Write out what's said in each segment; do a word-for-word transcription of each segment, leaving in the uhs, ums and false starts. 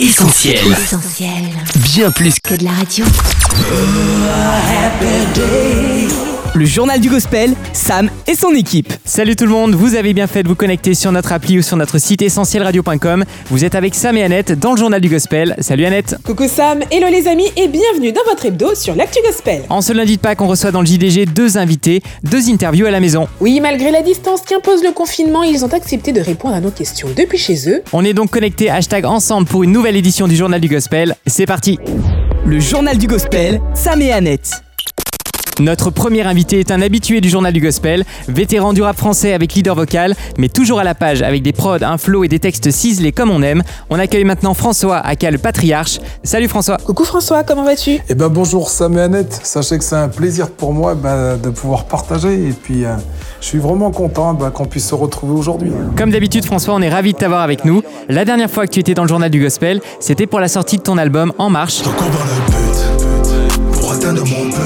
Essentiel. Essentiel. Bien plus Que de la radio. Le journal du gospel, Sam et son équipe. Salut tout le monde, vous avez bien fait de vous connecter sur notre appli ou sur notre site essentiel radio point com. Vous êtes avec Sam et Annette dans le journal du gospel. Salut Annette. Coucou Sam, hello les amis et bienvenue dans votre hebdo sur l'actu gospel. En ce lundi de Pâques, on reçoit dans le J D G deux invités, deux interviews à la maison. Oui, malgré la distance qu'impose le confinement, ils ont accepté de répondre à nos questions depuis chez eux. On est donc connectés hashtag ensemble pour une nouvelle édition du journal du gospel. C'est parti. Le journal du gospel, Sam et Annette. Notre premier invité est un habitué du journal du gospel, vétéran du rap français avec leader vocal, mais toujours à la page avec des prods, un flow et des textes ciselés comme on aime. On accueille maintenant François, aka le patriarche. Salut François. Coucou François, comment vas-tu ? Eh ben bonjour Sam et Annette, sachez que c'est un plaisir pour moi ben, de pouvoir partager et puis euh, je suis vraiment content ben, qu'on puisse se retrouver aujourd'hui. Comme d'habitude François, on est ravis de t'avoir avec nous. La dernière fois que tu étais dans le journal du gospel, c'était pour la sortie de ton album En Marche. Donc on va le but pour atteindre mon but.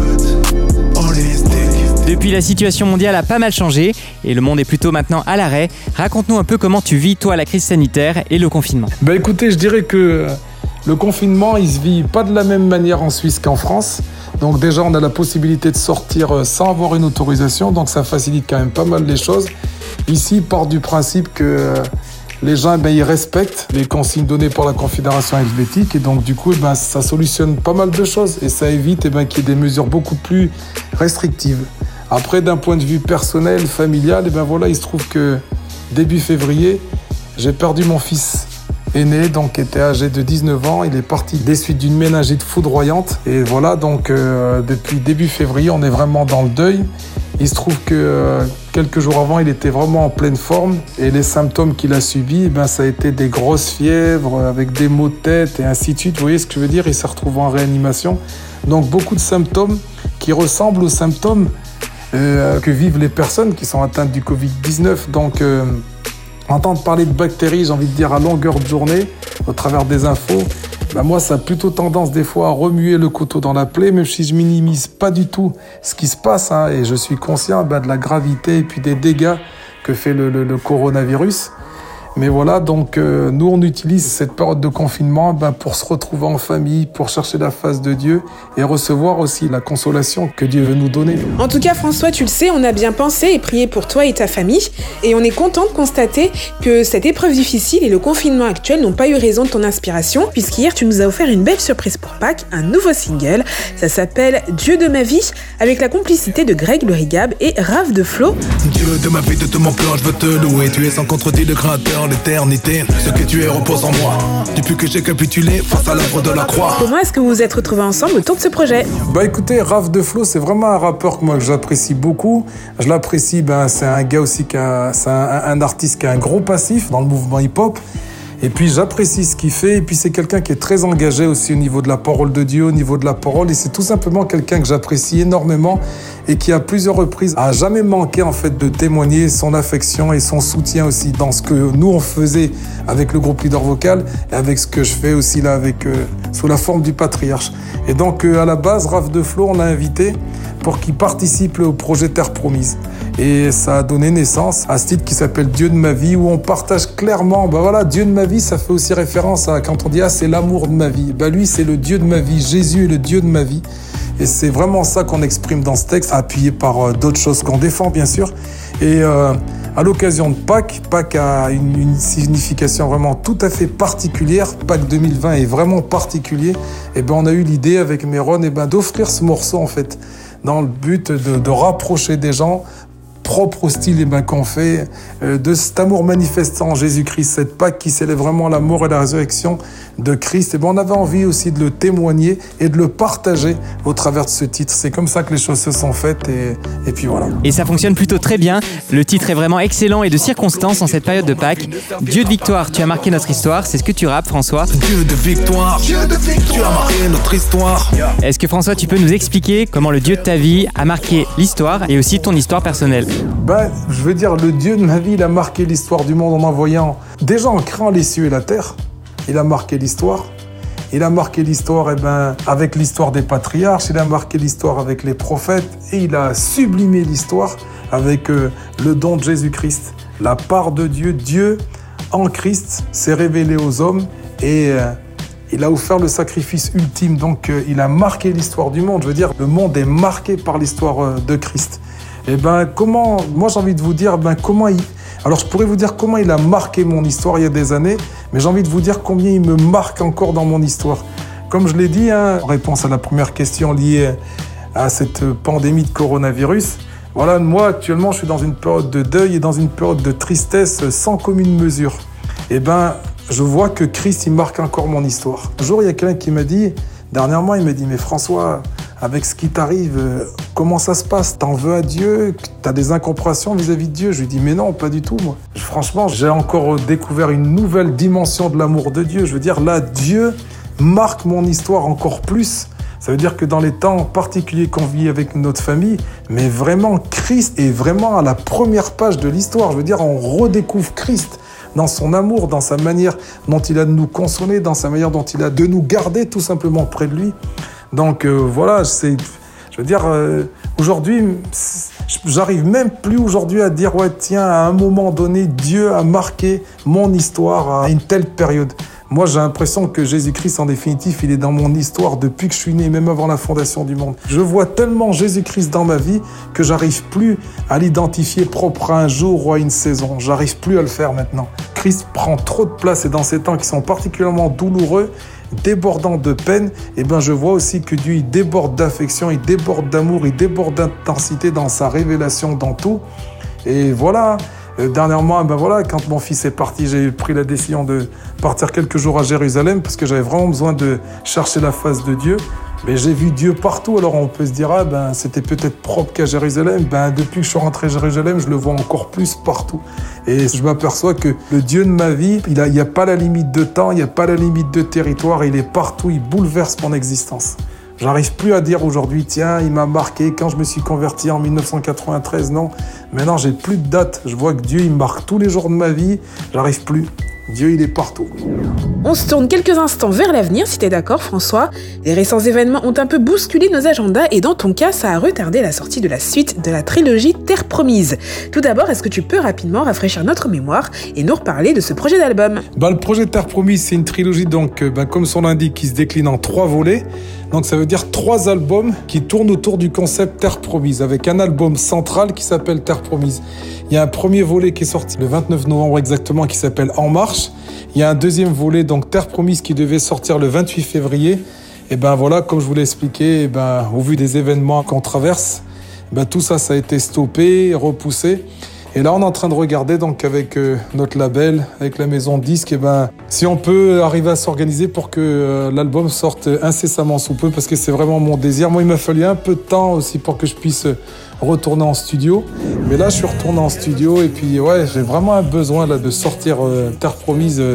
Depuis, la situation mondiale a pas mal changé et le monde est plutôt maintenant à l'arrêt. Raconte-nous un peu comment tu vis, toi, la crise sanitaire et le confinement. Ben écoutez, je dirais que le confinement, il se vit pas de la même manière en Suisse qu'en France. Donc déjà, on a la possibilité de sortir sans avoir une autorisation, donc ça facilite quand même pas mal les choses. Ici, il part du principe que les gens, ben, ils respectent les consignes données par la Confédération helvétique et donc du coup, ben, ça solutionne pas mal de choses et ça évite eh ben, qu'il y ait des mesures beaucoup plus restrictives. Après, d'un point de vue personnel, familial, eh ben voilà, il se trouve que début février, j'ai perdu mon fils aîné, donc qui était âgé de dix-neuf ans. Il est parti des suites d'une méningite foudroyante. Et voilà, donc euh, depuis début février, on est vraiment dans le deuil. Il se trouve que euh, quelques jours avant, il était vraiment en pleine forme. Et les symptômes qu'il a subis, eh ben, ça a été des grosses fièvres avec des maux de tête et ainsi de suite. Vous voyez ce que je veux dire ? Il s'est retrouvé en réanimation. Donc beaucoup de symptômes qui ressemblent aux symptômes Euh, que vivent les personnes qui sont atteintes du covid dix-neuf. Donc, euh, entendre parler de bactéries, j'ai envie de dire, à longueur de journée, au travers des infos, ben moi, ça a plutôt tendance des fois à remuer le couteau dans la plaie, même si je minimise pas du tout ce qui se passe, hein, et je suis conscient ben, de la gravité et puis des dégâts que fait le, le, le coronavirus. Mais voilà, donc euh, nous on utilise cette période de confinement ben, pour se retrouver en famille, pour chercher la face de Dieu et recevoir aussi la consolation que Dieu veut nous donner. En tout cas François, tu le sais, on a bien pensé et prié pour toi et ta famille et on est content de constater que cette épreuve difficile et le confinement actuel n'ont pas eu raison de ton inspiration puisqu'hier tu nous as offert une belle surprise pour Pâques, un nouveau single. Ça s'appelle Dieu de ma vie avec la complicité de Greg le Rigab et Raph de Flo. Dieu de ma vie, de tout mon cœur, je veux te louer. Tu es sans contredit le créateur. L'éternité, ce que tu es repose en moi. Depuis que j'ai capitulé face à l'œuvre de la croix. Comment est-ce que vous vous êtes retrouvés ensemble autour de ce projet ? Bah écoutez, Raph de Flo, c'est vraiment un rappeur que moi que j'apprécie beaucoup. Je l'apprécie, ben c'est un gars aussi qui a, c'est un, un artiste qui a un gros passif dans le mouvement hip-hop. Et puis j'apprécie ce qu'il fait. Et puis c'est quelqu'un qui est très engagé aussi au niveau de la parole de Dieu, au niveau de la parole. Et c'est tout simplement quelqu'un que j'apprécie énormément et qui à plusieurs reprises a jamais manqué en fait de témoigner son affection et son soutien aussi dans ce que nous on faisait avec le groupe leader vocal et avec ce que je fais aussi là avec euh, sous la forme du patriarche. Et donc euh, à la base, Raph de Flo, on l'a invité pour qu'il participe au projet Terre Promise. Et ça a donné naissance à ce titre qui s'appelle Dieu de ma vie, où on partage clairement, ben voilà, Dieu de ma vie, ça fait aussi référence à quand on dit ah c'est l'amour de ma vie. Ben lui c'est le Dieu de ma vie, Jésus est le Dieu de ma vie. Et c'est vraiment ça qu'on exprime dans ce texte, appuyé par euh, d'autres choses qu'on défend bien sûr. Et euh, à l'occasion de Pâques, Pâques a une, une signification vraiment tout à fait particulière. Pâques deux mille vingt est vraiment particulier. Et ben on a eu l'idée avec Méron et ben d'offrir ce morceau en fait, dans le but de, de rapprocher des gens propre au style eh ben, qu'on fait, euh, de cet amour manifestant en Jésus-Christ, cette Pâque qui célèbre vraiment la mort et la résurrection de Christ. Et ben, on avait envie aussi de le témoigner et de le partager au travers de ce titre. C'est comme ça que les choses se sont faites et, et puis voilà. Et ça fonctionne plutôt très bien. Le titre est vraiment excellent et de circonstance en cette période de Pâques. Dieu de victoire, tu as marqué notre histoire. C'est ce que tu rappes, François. Dieu de victoire, Dieu de victoire, tu as marqué notre histoire. Est-ce que François, tu peux nous expliquer comment le Dieu de ta vie a marqué l'histoire et aussi ton histoire personnelle ? Ben, je veux dire, le Dieu de ma vie, il a marqué l'histoire du monde en envoyant, déjà en créant les cieux et la terre, il a marqué l'histoire. Il a marqué l'histoire eh ben, avec l'histoire des patriarches, il a marqué l'histoire avec les prophètes et il a sublimé l'histoire avec euh, le don de Jésus-Christ. La part de Dieu, Dieu en Christ s'est révélé aux hommes et euh, il a offert le sacrifice ultime. Donc euh, il a marqué l'histoire du monde. Je veux dire, le monde est marqué par l'histoire euh, de Christ. Et ben comment, moi j'ai envie de vous dire, ben comment il... Alors je pourrais vous dire comment il a marqué mon histoire il y a des années, mais j'ai envie de vous dire combien il me marque encore dans mon histoire. Comme je l'ai dit, hein, en réponse à la première question liée à cette pandémie de coronavirus, voilà, moi actuellement je suis dans une période de deuil et dans une période de tristesse sans commune mesure. Et ben je vois que Christ il marque encore mon histoire. Un jour il y a quelqu'un qui m'a dit, dernièrement il m'a dit, mais François, avec ce qui t'arrive, comment ça se passe? T'en veux à Dieu? T'as des incompréhensions vis-à-vis de Dieu? Je lui dis, mais non, pas du tout, moi. Franchement, j'ai encore découvert une nouvelle dimension de l'amour de Dieu. Je veux dire, là, Dieu marque mon histoire encore plus. Ça veut dire que dans les temps particuliers qu'on vit avec notre famille, mais vraiment, Christ est vraiment à la première page de l'histoire. Je veux dire, on redécouvre Christ dans son amour, dans sa manière dont il a de nous consoler, dans sa manière dont il a de nous garder tout simplement près de lui. Donc euh, voilà, c'est, je veux dire, euh, aujourd'hui, j'arrive même plus aujourd'hui à dire, ouais, tiens, à un moment donné, Dieu a marqué mon histoire à une telle période. Moi, j'ai l'impression que Jésus-Christ, en définitive, il est dans mon histoire depuis que je suis né, même avant la fondation du monde. Je vois tellement Jésus-Christ dans ma vie que j'arrive plus à l'identifier propre à un jour ou à une saison. J'arrive plus à le faire maintenant. Christ prend trop de place et dans ces temps qui sont particulièrement douloureux, débordant de peine, eh ben je vois aussi que Dieu il déborde d'affection, il déborde d'amour, il déborde d'intensité dans sa révélation, dans tout. Et voilà, euh, dernièrement, ben voilà, quand mon fils est parti, j'ai pris la décision de partir quelques jours à Jérusalem parce que j'avais vraiment besoin de chercher la face de Dieu. Mais j'ai vu Dieu partout, alors on peut se dire, ah ben c'était peut-être propre qu'à Jérusalem. Ben depuis que je suis rentré à Jérusalem, je le vois encore plus partout. Et je m'aperçois que le Dieu de ma vie, il n'y a, a pas la limite de temps, il n'y a pas la limite de territoire, il est partout, il bouleverse mon existence. J'arrive plus à dire aujourd'hui, tiens, il m'a marqué quand je me suis converti en dix-neuf cent quatre-vingt-treize, non. Maintenant, j'ai plus de date. Je vois que Dieu, il me marque tous les jours de ma vie, j'arrive plus. Dieu, il est partout. On se tourne quelques instants vers l'avenir, si t'es d'accord, François. Les récents événements ont un peu bousculé nos agendas et dans ton cas, ça a retardé la sortie de la suite de la trilogie Terre Promise. Tout d'abord, est-ce que tu peux rapidement rafraîchir notre mémoire et nous reparler de ce projet d'album? Bah, le projet Terre Promise, c'est une trilogie, donc, bah, comme son l'indique, qui se décline en trois volets. Donc ça veut dire trois albums qui tournent autour du concept Terre Promise, avec un album central qui s'appelle Terre Promise. Il y a un premier volet qui est sorti le vingt-neuf novembre exactement, qui s'appelle En Marche. Il y a un deuxième volet, donc Terre Promise, qui devait sortir le vingt-huit février. Et ben voilà, comme je vous l'ai expliqué, et ben, au vu des événements qu'on traverse, ben, tout ça, ça a été stoppé, repoussé. Et là, on est en train de regarder donc avec euh, notre label, avec la maison de disques, et ben, si on peut arriver à s'organiser pour que euh, l'album sorte incessamment sous peu, parce que c'est vraiment mon désir. Moi, il m'a fallu un peu de temps aussi pour que je puisse retourner en studio. Mais là, je suis retourné en studio et puis ouais, j'ai vraiment un besoin là de sortir euh, Terre Promise euh,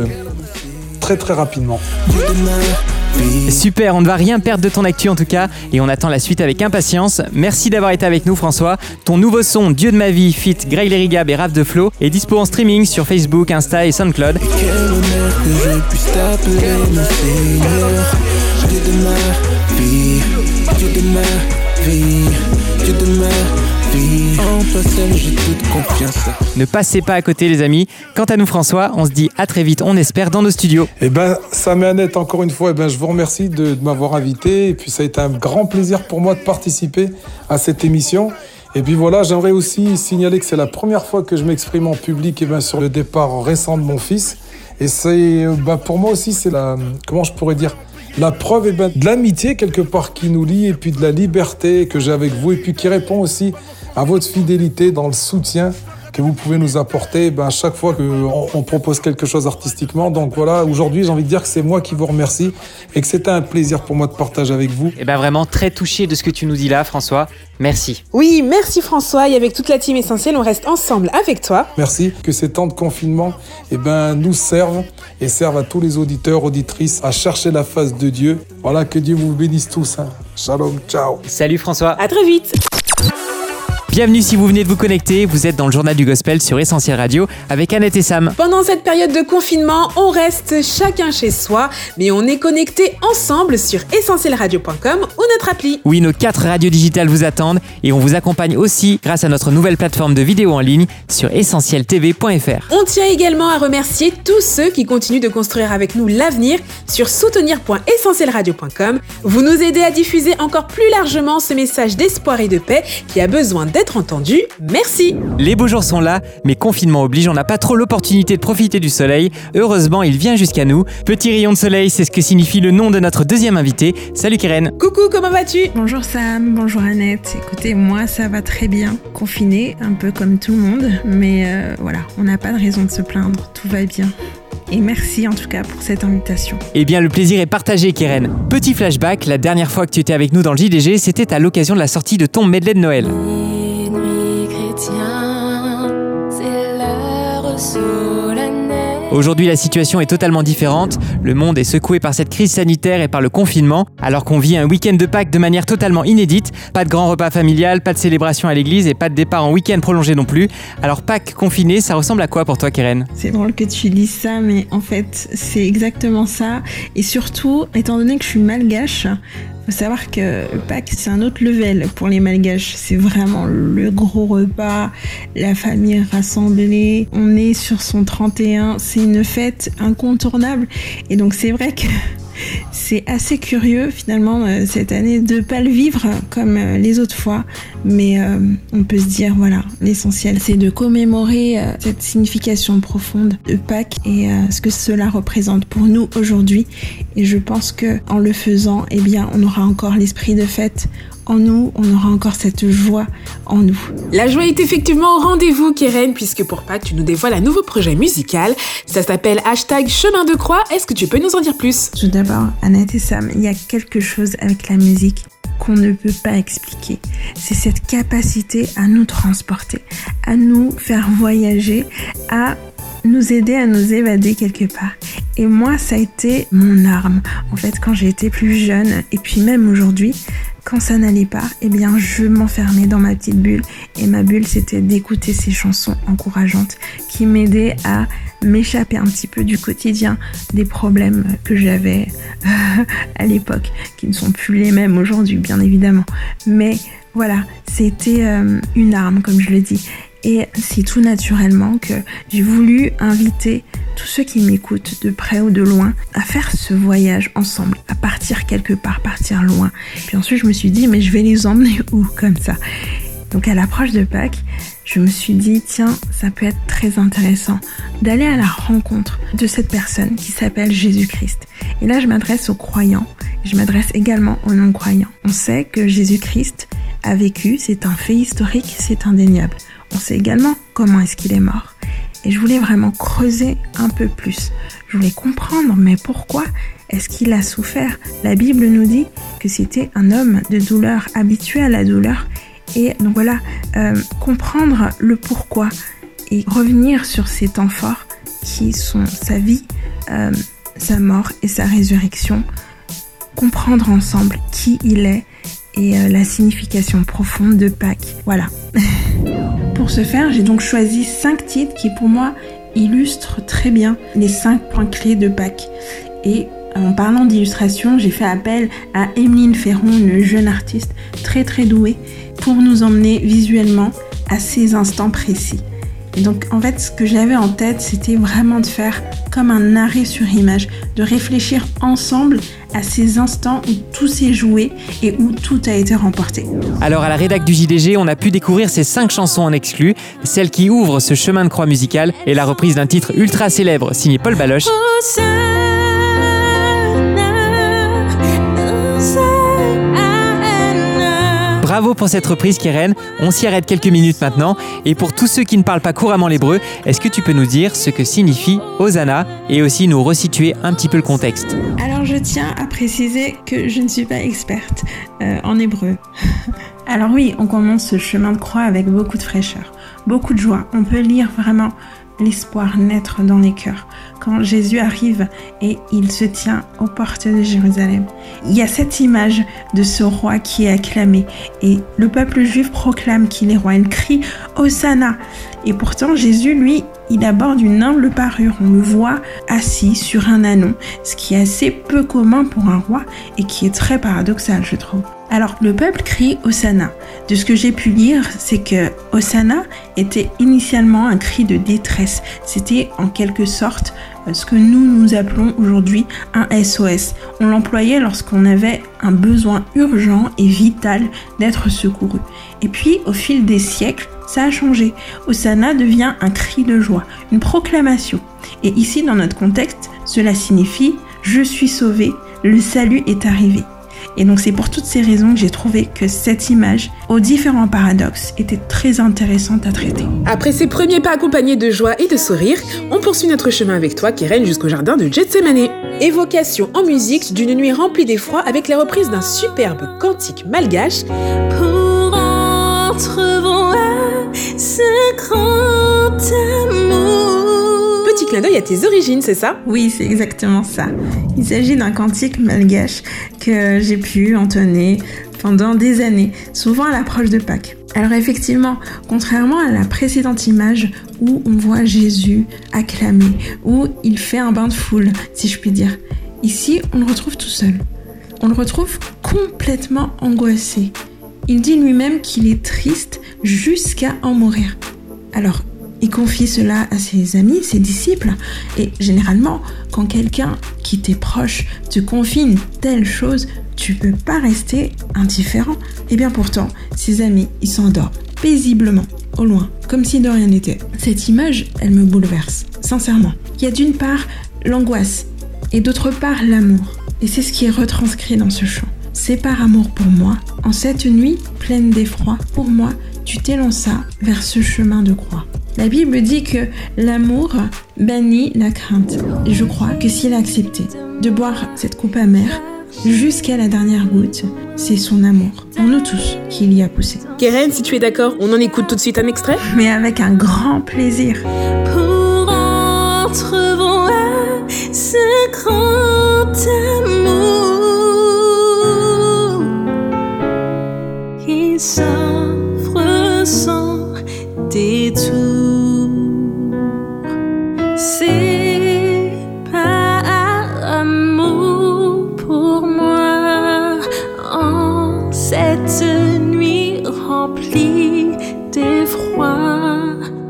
très très rapidement. Super, on ne va rien perdre de ton actu en tout cas et on attend la suite avec impatience. Merci d'avoir été avec nous François. Ton nouveau son Dieu de ma vie feat Greg Lérigab et Raph de Flo est dispo en streaming sur Facebook, Insta et SoundCloud. Et quel honneur que je puisse t'appeler mon Seigneur. Dieu de ma vie, Dieu de ma vie, Dieu de ma vie. En toi seul j'ai toute confiance. Ne passez pas à côté les amis. Quant à nous François, on se dit à très vite, on espère, dans nos studios. Et ben Sam et Annette, encore une fois, et ben, je vous remercie de, de m'avoir invité. Et puis ça a été un grand plaisir pour moi de participer à cette émission. Et puis voilà, j'aimerais aussi signaler que c'est la première fois que je m'exprime en public et ben, sur le départ récent de mon fils. Et c'est, ben, pour moi aussi, c'est la, comment je pourrais dire, la preuve et ben, de l'amitié quelque part qui nous lie et puis de la liberté que j'ai avec vous et puis qui répond aussi à votre fidélité dans le soutien que vous pouvez nous apporter ben, à chaque fois qu'on on propose quelque chose artistiquement. Donc voilà, aujourd'hui, j'ai envie de dire que c'est moi qui vous remercie et que c'était un plaisir pour moi de partager avec vous. Et ben vraiment très touché de ce que tu nous dis là, François. Merci. Oui, merci François. Et avec toute la team Essentielle, on reste ensemble avec toi. Merci. Que ces temps de confinement eh ben, nous servent et servent à tous les auditeurs, auditrices à chercher la face de Dieu. Voilà, que Dieu vous bénisse tous. Hein. Shalom, ciao. Salut François. À très vite. Bienvenue si vous venez de vous connecter, vous êtes dans le journal du gospel sur Essentiel Radio avec Annette et Sam. Pendant cette période de confinement, on reste chacun chez soi, mais on est connectés ensemble sur essentiel radio point com ou notre appli. Oui, nos quatre radios digitales vous attendent et on vous accompagne aussi grâce à notre nouvelle plateforme de vidéo en ligne sur essentiel t v point f r. On tient également à remercier tous ceux qui continuent de construire avec nous l'avenir sur soutenir point essentiel radio point com. Vous nous aidez à diffuser encore plus largement ce message d'espoir et de paix qui a besoin d'être entendu. Merci. Les beaux jours sont là, mais confinement oblige, on n'a pas trop l'opportunité de profiter du soleil. Heureusement, il vient jusqu'à nous. Petit rayon de soleil, c'est ce que signifie le nom de notre deuxième invité. Salut Keren. Coucou, comment vas-tu ? Bonjour Sam, bonjour Annette. Écoutez, moi ça va très bien. Confiné, un peu comme tout le monde, mais euh, voilà, on n'a pas de raison de se plaindre, tout va bien. Et merci en tout cas pour cette invitation. Eh bien, le plaisir est partagé, Keren. Petit flashback, la dernière fois que tu étais avec nous dans le J D G, c'était à l'occasion de la sortie de ton medley de Noël. Minuit chrétien, c'est l'heure solennelle. Aujourd'hui, la situation est totalement différente. Le monde est secoué par cette crise sanitaire et par le confinement, alors qu'on vit un week-end de Pâques de manière totalement inédite. Pas de grand repas familial, pas de célébration à l'église et pas de départ en week-end prolongé non plus. Alors Pâques confiné, ça ressemble à quoi pour toi, Keren ? C'est drôle que tu dises ça, mais en fait, c'est exactement ça. Et surtout, étant donné que je suis malgache, faut savoir que Pâques, c'est un autre level pour les malgaches. C'est vraiment le gros repas, la famille rassemblée. On est sur son trente et un. C'est une fête incontournable. Et donc, c'est vrai que c'est assez curieux, finalement, cette année, de pas le vivre comme les autres fois. Mais euh, on peut se dire, voilà, l'essentiel, c'est de commémorer euh, cette signification profonde de Pâques et euh, ce que cela représente pour nous aujourd'hui. Et je pense que en le faisant, eh bien, on aura encore l'esprit de fête en nous, on aura encore cette joie en nous. La joie est effectivement au rendez-vous, Keren, puisque pour Pâques, tu nous dévoiles un nouveau projet musical. Ça s'appelle hashtag Chemin de Croix. Est-ce que tu peux nous en dire plus ? Tout d'abord, Annette et Sam, il y a quelque chose avec la musique qu'on ne peut pas expliquer. C'est cette capacité à nous transporter, à nous faire voyager, à nous aider à nous évader quelque part. Et moi, ça a été mon arme. En fait, quand j'ai été plus jeune, et puis même aujourd'hui, quand ça n'allait pas, eh bien, je m'enfermais dans ma petite bulle. Et ma bulle, c'était d'écouter ces chansons encourageantes qui m'aidaient à m'échapper un petit peu du quotidien, des problèmes que j'avais à l'époque, qui ne sont plus les mêmes aujourd'hui, bien évidemment. Mais voilà, c'était euh, une arme, comme je le dis. Et c'est tout naturellement que j'ai voulu inviter tous ceux qui m'écoutent de près ou de loin à faire ce voyage ensemble, à partir quelque part, partir loin. Puis ensuite, je me suis dit, mais je vais les emmener où comme ça ? Donc à l'approche de Pâques, je me suis dit, tiens, ça peut être très intéressant d'aller à la rencontre de cette personne qui s'appelle Jésus-Christ. Et là, je m'adresse aux croyants, je m'adresse également aux non-croyants. On sait que Jésus-Christ a vécu, c'est un fait historique, c'est indéniable. On sait également comment est-ce qu'il est mort. Et je voulais vraiment creuser un peu plus. Je voulais comprendre, mais pourquoi est-ce qu'il a souffert ? La Bible nous dit que c'était un homme de douleur, habitué à la douleur. Et donc voilà, euh, comprendre le pourquoi et revenir sur ces temps forts qui sont sa vie, euh, sa mort et sa résurrection. Comprendre ensemble qui il est et euh, la signification profonde de Pâques. Voilà. Pour ce faire, j'ai donc choisi cinq titres qui pour moi illustrent très bien les cinq points clés de Pâques. Et en parlant d'illustration, j'ai fait appel à Emeline Ferron, une jeune artiste très très douée, pour nous emmener visuellement à ces instants précis. Et donc en fait, ce que j'avais en tête, c'était vraiment de faire comme un arrêt sur image, de réfléchir ensemble à ces instants où tout s'est joué et où tout a été remporté. Alors à la rédac du J D G, on a pu découvrir ces cinq chansons en exclu. Celle qui ouvre ce chemin de croix musical est la reprise d'un titre ultra célèbre signé Paul Baloche. Bravo pour cette reprise, Keren. On s'y arrête quelques minutes maintenant. Et pour tous ceux qui ne parlent pas couramment l'hébreu, est-ce que tu peux nous dire ce que signifie Hosanna et aussi nous resituer un petit peu le contexte ? Alors je tiens à préciser que je ne suis pas experte euh, en hébreu. Alors oui, on commence ce chemin de croix avec beaucoup de fraîcheur, beaucoup de joie. On peut lire vraiment l'espoir naître dans les cœurs. Quand Jésus arrive et il se tient aux portes de Jérusalem, il y a cette image de ce roi qui est acclamé et le peuple juif proclame qu'il est roi. Il crie « Hosanna !» Et pourtant, Jésus, lui, il aborde une humble parure. On le voit assis sur un ânon, ce qui est assez peu commun pour un roi et qui est très paradoxal, je trouve. Alors, le peuple crie Hosanna. De ce que j'ai pu lire, c'est que Hosanna était initialement un cri de détresse. C'était en quelque sorte ce que nous, nous appelons aujourd'hui un S O S. On l'employait lorsqu'on avait un besoin urgent et vital d'être secouru. Et puis, au fil des siècles, ça a changé. Hosanna devient un cri de joie, une proclamation. Et ici, dans notre contexte, cela signifie « Je suis sauvé, le salut est arrivé ». Et donc c'est pour toutes ces raisons que j'ai trouvé que cette image, aux différents paradoxes, était très intéressante à traiter. Après ces premiers pas accompagnés de joie et de sourire, on poursuit notre chemin avec toi, Keren, jusqu'au jardin de Gethsémané. Évocation en musique d'une nuit remplie d'effroi avec la reprise d'un superbe cantique malgache. Pour entrevoir ce grand amour. Petit clin d'œil à tes origines, c'est ça ? Oui, c'est exactement ça. Il s'agit d'un cantique malgache que j'ai pu entonner pendant des années, souvent à l'approche de Pâques. Alors effectivement, contrairement à la précédente image où on voit Jésus acclamer, où il fait un bain de foule, si je puis dire, ici on le retrouve tout seul. On le retrouve complètement angoissé. Il dit lui-même qu'il est triste jusqu'à en mourir. Alors, il confie cela à ses amis, ses disciples. Et généralement, quand quelqu'un qui t'est proche te confie une telle chose, tu peux pas rester indifférent. Et bien pourtant, ses amis, ils s'endorment paisiblement, au loin, comme si de rien n'était. Cette image, elle me bouleverse, sincèrement. Il y a d'une part l'angoisse et d'autre part l'amour. Et c'est ce qui est retranscrit dans ce chant. C'est par amour pour moi, en cette nuit pleine d'effroi, pour moi, tu t'élanças vers ce chemin de croix. La Bible dit que l'amour bannit la crainte. Et je crois que s'il a accepté de boire cette coupe amère jusqu'à la dernière goutte, c'est son amour pour nous tous qui l'y a poussé. Keren, si tu es d'accord, on en écoute tout de suite un extrait ? Mais avec un grand plaisir. Pour entrevoir ce grand amour qui s'offre sans détour. C'est par amour pour moi en cette nuit remplie d'effroi.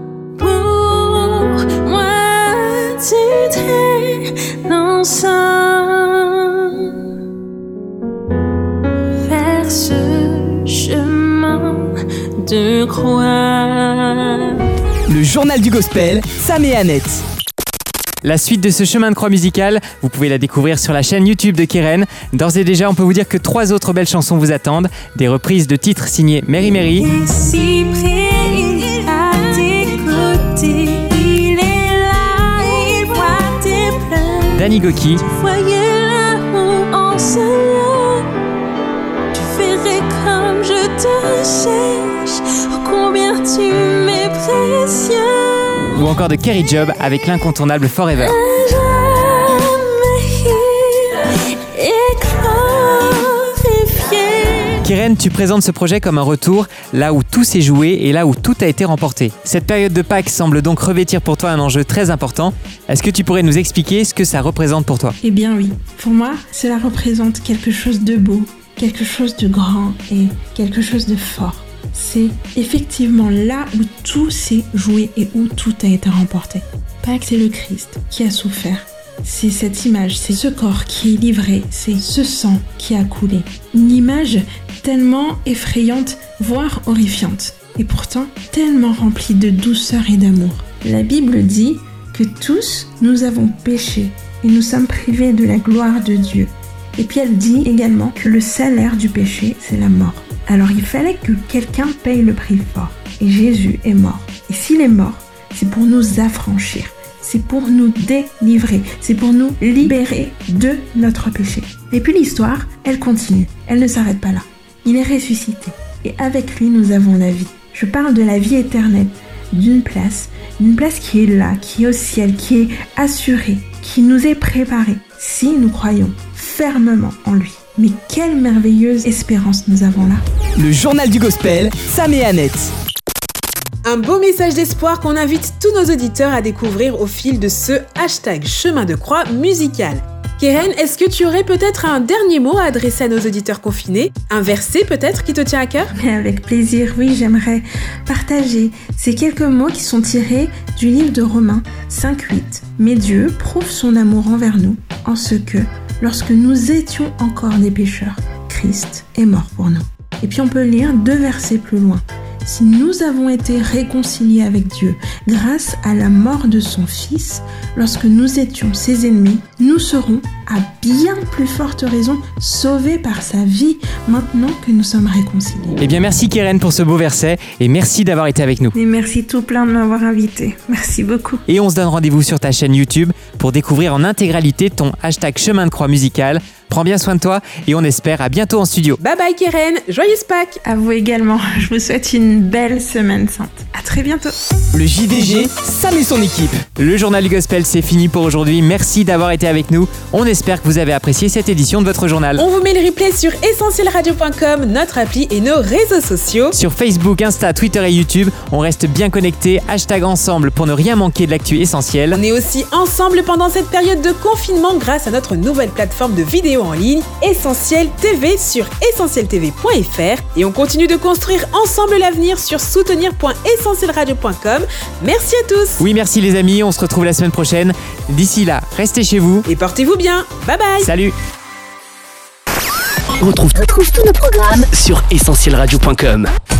Pour moi, tu t'élances vers ce chemin de croix. Le journal du gospel, Sam et Annette. La suite de ce chemin de croix musical, vous pouvez la découvrir sur la chaîne YouTube de Keren. D'ores et déjà, on peut vous dire que trois autres belles chansons vous attendent. Des reprises de titres signés Mary Mary, Et si près à tes côtés, il est là, il voit tes pleurs. Danny Gokey, Voyez là-haut en seulement, tu ferais comme je te cherche. Oh, combien tu m'es précieux. ou encore de Kerry Job avec l'incontournable Forever. Keren, tu présentes ce projet comme un retour là où tout s'est joué et là où tout a été remporté. Cette période de Pâques semble donc revêtir pour toi un enjeu très important. Est-ce que tu pourrais nous expliquer ce que ça représente pour toi ? Eh bien oui, pour moi, cela représente quelque chose de beau, quelque chose de grand et quelque chose de fort. C'est effectivement là où tout s'est joué et où tout a été remporté. Pâques, c'est le Christ qui a souffert. C'est cette image, c'est ce corps qui est livré, c'est ce sang qui a coulé. Une image tellement effrayante, voire horrifiante, et pourtant tellement remplie de douceur et d'amour. La Bible dit que tous nous avons péché et nous sommes privés de la gloire de Dieu. Et puis elle dit également que le salaire du péché, c'est la mort. Alors il fallait que quelqu'un paye le prix fort. Et Jésus est mort. Et s'il est mort, c'est pour nous affranchir. C'est pour nous délivrer. C'est pour nous libérer de notre péché. Et puis l'histoire, elle continue. Elle ne s'arrête pas là. Il est ressuscité. Et avec lui, nous avons la vie. Je parle de la vie éternelle. d'une place, une place qui est là, qui est au ciel, qui est assurée, qui nous est préparée, si nous croyons fermement en lui. Mais quelle merveilleuse espérance nous avons là. Le journal du gospel, Sam et Annette. Un beau message d'espoir qu'on invite tous nos auditeurs à découvrir au fil de ce hashtag chemin de croix musical. Keren, est-ce que tu aurais peut-être un dernier mot à adresser à nos auditeurs confinés? Un verset peut-être qui te tient à cœur? Mais avec plaisir, oui, j'aimerais partager ces quelques mots qui sont tirés du livre de Romains cinq huit. Mais Dieu prouve son amour envers nous en ce que, lorsque nous étions encore des pécheurs, Christ est mort pour nous. Et puis on peut lire deux versets plus loin. Si nous avons été réconciliés avec Dieu grâce à la mort de son Fils, lorsque nous étions ses ennemis, nous serons à bien plus forte raison sauvés par sa vie maintenant que nous sommes réconciliés. Eh bien merci Keren pour ce beau verset et merci d'avoir été avec nous. Et merci tout plein de m'avoir invité. Merci beaucoup. Et on se donne rendez-vous sur ta chaîne YouTube pour découvrir en intégralité ton hashtag chemin de croix musical. Prends bien soin de toi et on espère à bientôt en studio. Bye bye Keren, joyeuse Pâques. À vous également, je vous souhaite une belle semaine sainte. À très bientôt. Le J D G, Sam et son équipe. Le journal du gospel, c'est fini pour aujourd'hui. Merci d'avoir été avec nous. On espère que vous avez apprécié cette édition de votre journal. On vous met le replay sur essentiel radio point com, notre appli et nos réseaux sociaux. Sur Facebook, Insta, Twitter et YouTube, on reste bien connectés. Hashtag ensemble pour ne rien manquer de l'actu essentielle. On est aussi ensemble pendant cette période de confinement grâce à notre nouvelle plateforme de vidéos en ligne, Essentiel T V sur essentiel t v point f r. Et on continue de construire ensemble l'avenir sur soutenir point essentiel radio point com. Merci à tous. Oui, merci les amis, on se retrouve la semaine prochaine. D'ici là, restez chez vous. Et portez-vous bien. Bye bye. Salut. On retrouve, on retrouve tous nos programmes sur essentiel radio point com.